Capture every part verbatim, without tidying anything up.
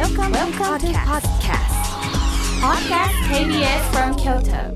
Welcome, Welcome to podcast. Podcast ケービーエス from Kyoto.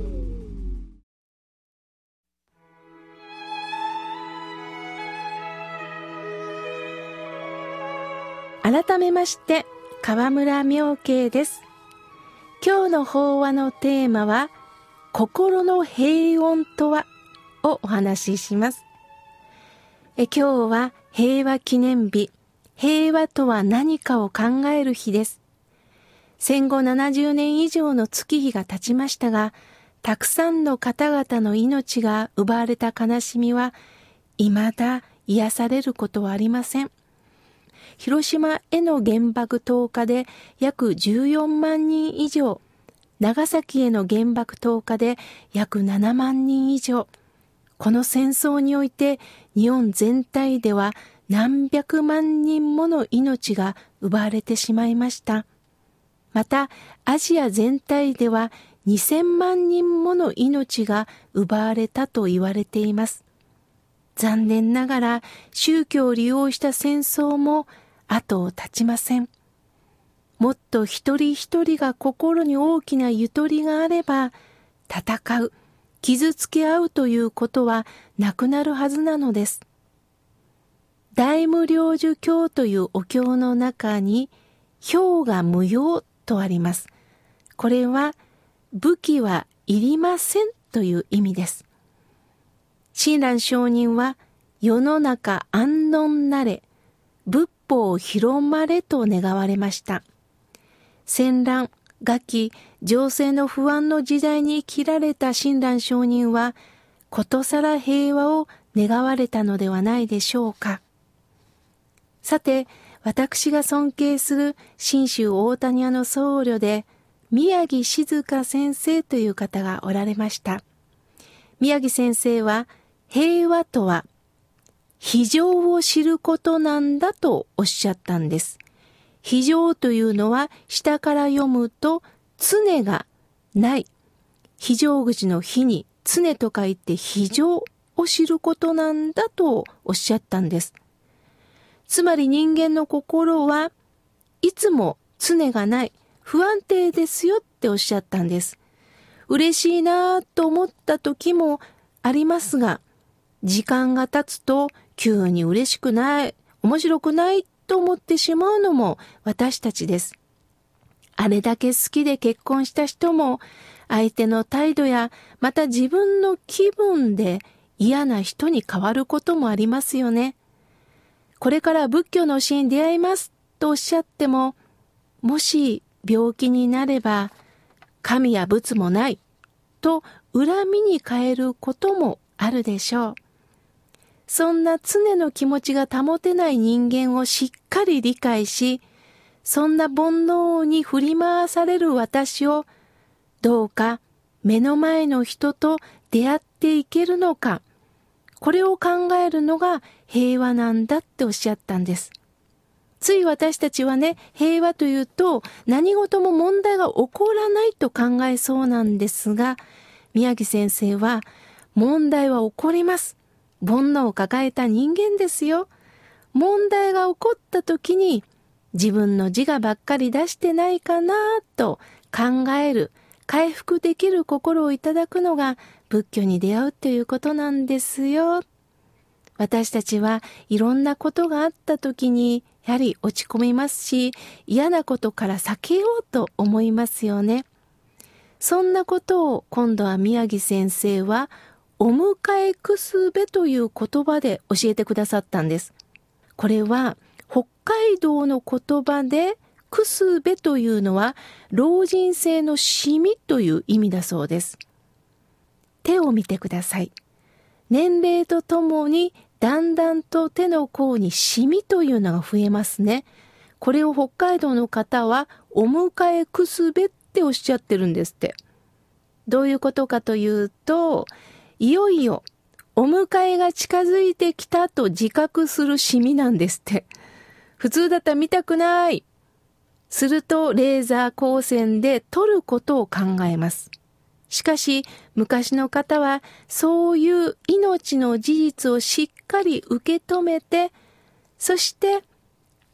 改めまして川村明慶です。今日の法話のテーマは心の平穏とはをお話しします。え今日は平和記念日、平和とは何かを考える日です。戦後ななじゅうねん以上の月日が経ちましたが、たくさんの方々の命が奪われた悲しみは未だ癒されることはありません。広島への原爆投下で約じゅうよんまんにん以上、長崎への原爆投下で約ななまんにん以上、この戦争において日本全体では何百万人もの命が奪われてしまいました。またアジア全体ではにせんまんにんもの命が奪われたと言われています。残念ながら宗教を利用した戦争も後を絶ちません。もっと一人一人が心に大きなゆとりがあれば、戦う、傷つけ合うということはなくなるはずなのです。大無量寿経というお経の中に、氷が無用とあります。これは武器はいりませんという意味です。親鸞上人は世の中安穏なれ、仏法広まれと願われました。戦乱、餓鬼、情勢の不安の時代に生きられた親鸞上人は、ことさら平和を願われたのではないでしょうか。さて、私が尊敬する信州大谷屋の僧侶で、宮城静香先生という方がおられました。宮城先生は、平和とは、非常を知ることなんだとおっしゃったんです。非常というのは下から読むと常がない。非常口の非に常と書いて非常を知ることなんだとおっしゃったんです。つまり人間の心はいつも常がない。不安定ですよっておっしゃったんです。嬉しいなと思った時もありますが、時間が経つと急に嬉しくない、面白くないと思ってしまうのも私たちです。あれだけ好きで結婚した人も相手の態度やまた自分の気分で嫌な人に変わることもありますよね。これから仏教の教えに出会いますとおっしゃっても、もし病気になれば神や仏もないと恨みに変えることもあるでしょう。そんな常の気持ちが保てない人間をしっかり理解し、そんな煩悩に振り回される私をどうか目の前の人と出会っていけるのか、これを考えるのが平和なんだっておっしゃったんです。つい私たちはね、平和というと何事も問題が起こらないと考えそうなんですが、宮城先生は問題は起こります。煩悩を抱えた人間ですよ。問題が起こった時に自分の自我ばっかり出してないかなと考える、回復できる心をいただくのが仏教に出会うということなんですよ。私たちはいろんなことがあった時にやはり落ち込みますし、嫌なことから避けようと思いますよね。そんなことを今度は宮城先生はお迎えくすべという言葉で教えてくださったんです。これは北海道の言葉でくすべというのは老人性のシミという意味だそうです。手を見てください。年齢とともにだんだんと手の甲にシミというのが増えますね。これを北海道の方はお迎えくすべっておっしゃってるんですって。どういうことかというと、いよいよお迎えが近づいてきたと自覚するシミなんですって。普通だったら見たくない。するとレーザー光線で撮ることを考えます。しかし昔の方はそういう命の事実をしっかり受け止めて、そして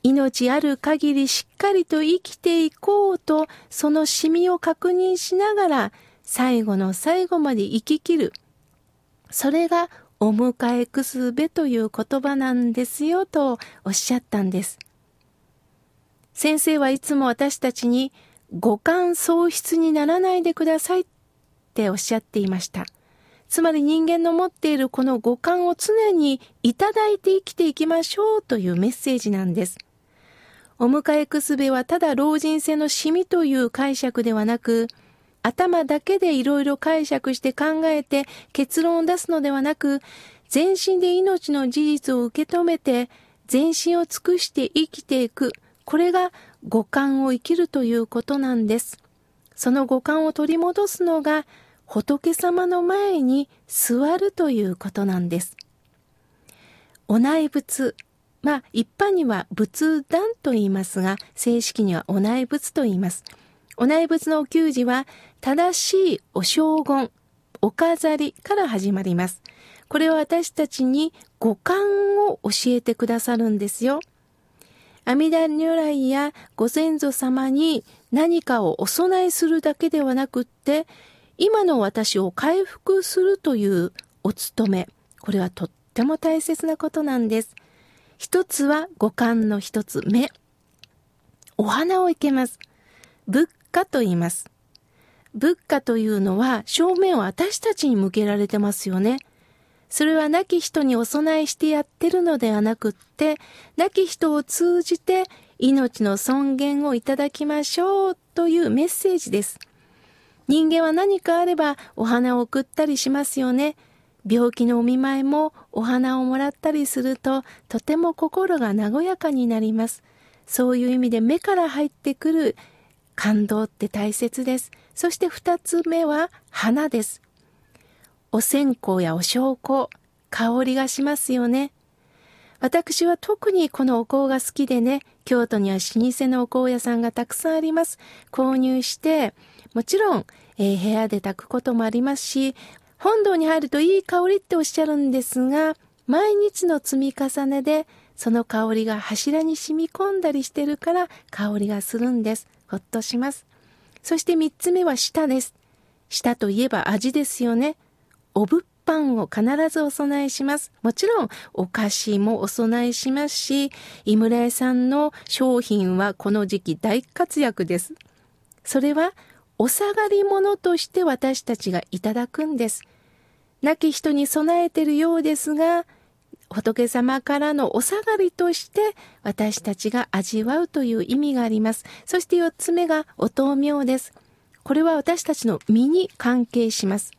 命ある限りしっかりと生きていこうと、そのしみを確認しながら、最後の最後まで生き切る。それがお迎えくすべという言葉なんですよとおっしゃったんです。先生はいつも私たちに五感喪失にならないでくださいっておっしゃっていました。つまり人間の持っているこの五感を常にいただいて生きていきましょうというメッセージなんです。お迎えくすべはただ老人性のしみという解釈ではなく、頭だけでいろいろ解釈して考えて結論を出すのではなく、全身で命の事実を受け止めて全身を尽くして生きていく。これが五感を生きるということなんです。その五感を取り戻すのが仏様の前に座るということなんです。お内仏、まあ一般には仏壇と言いますが、正式にはお内仏と言います。お内仏のお給仕は正しいお荘厳、お飾りから始まります。これは私たちに五感を教えてくださるんですよ。阿弥陀如来やご先祖様に何かをお供えするだけではなくって、今の私を回復するというお務め、これはとっても大切なことなんです。一つは五感の一つ、目。お花を生けます。仏花と言います。仏花というのは正面を私たちに向けられてますよね。それは亡き人にお供えしてやってるのではなくって、亡き人を通じて命の尊厳をいただきましょうというメッセージです。人間は何かあればお花を贈ったりしますよね。病気のお見舞いもお花をもらったりすると、とても心が和やかになります。そういう意味で目から入ってくる感動って大切です。そして二つ目は花です。お線香やお焼香、香りがしますよね。私は特にこのお香が好きでね、京都には老舗のお香屋さんがたくさんあります。購入して、もちろん、えー、部屋で焚くこともありますし、本堂に入るといい香りっておっしゃるんですが、毎日の積み重ねで、その香りが柱に染み込んだりしてるから香りがするんです。ほっとします。そして三つ目は舌です。舌といえば味ですよね。お物販を必ずお供えします。もちろんお菓子もお供えしますし、井村屋さんの商品はこの時期大活躍です。それはお下がり物として私たちがいただくんです。亡き人に備えているようですが、仏様からのお下がりとして私たちが味わうという意味があります。そして四つ目がお灯明です。これは私たちの身に関係します。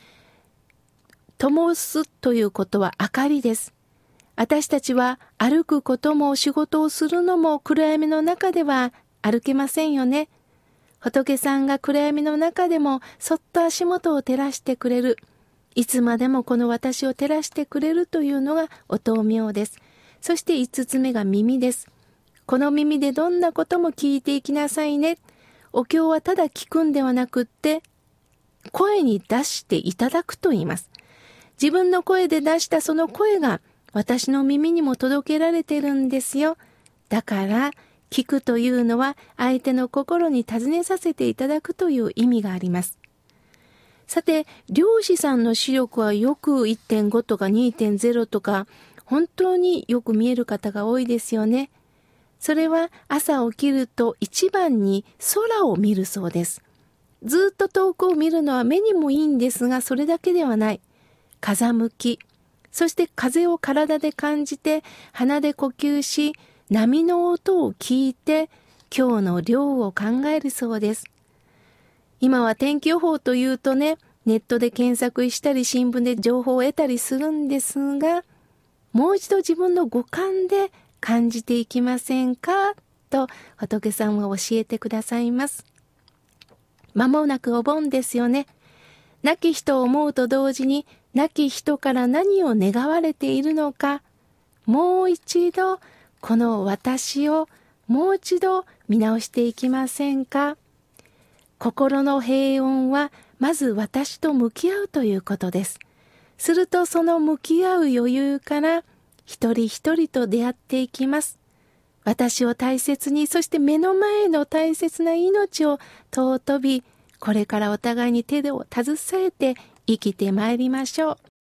灯すということは明かりです。私たちは歩くことも仕事をするのも暗闇の中では歩けませんよね。仏さんが暗闇の中でもそっと足元を照らしてくれる。いつまでもこの私を照らしてくれるというのがお灯明です。そして五つ目が耳です。この耳でどんなことも聞いていきなさいね。お経はただ聞くんではなくって、声に出していただくと言います。自分の声で出したその声が私の耳にも届けられてるんですよ。だから聞くというのは相手の心に尋ねさせていただくという意味があります。さて、漁師さんの視力はよく いってんご とか にてんゼロ とか本当によく見える方が多いですよね。それは朝起きると一番に空を見るそうです。ずっと遠くを見るのは目にもいいんですが、それだけではない。風向き、そして風を体で感じて鼻で呼吸し、波の音を聞いて今日の量を考えるそうです。今は天気予報というとね、ネットで検索したり新聞で情報を得たりするんですが、もう一度自分の五感で感じていきませんかと仏さんは教えてくださいます。間もなくお盆ですよね。亡き人を思うと同時に亡き人から何を願われているのか、もう一度この私をもう一度見直していきませんか。心の平穏はまず私と向き合うということです。するとその向き合う余裕から一人一人と出会っていきます。 私を大切に、そして目の前の大切な命を尊び、これからお互いに手を携えて生きてまいりましょう。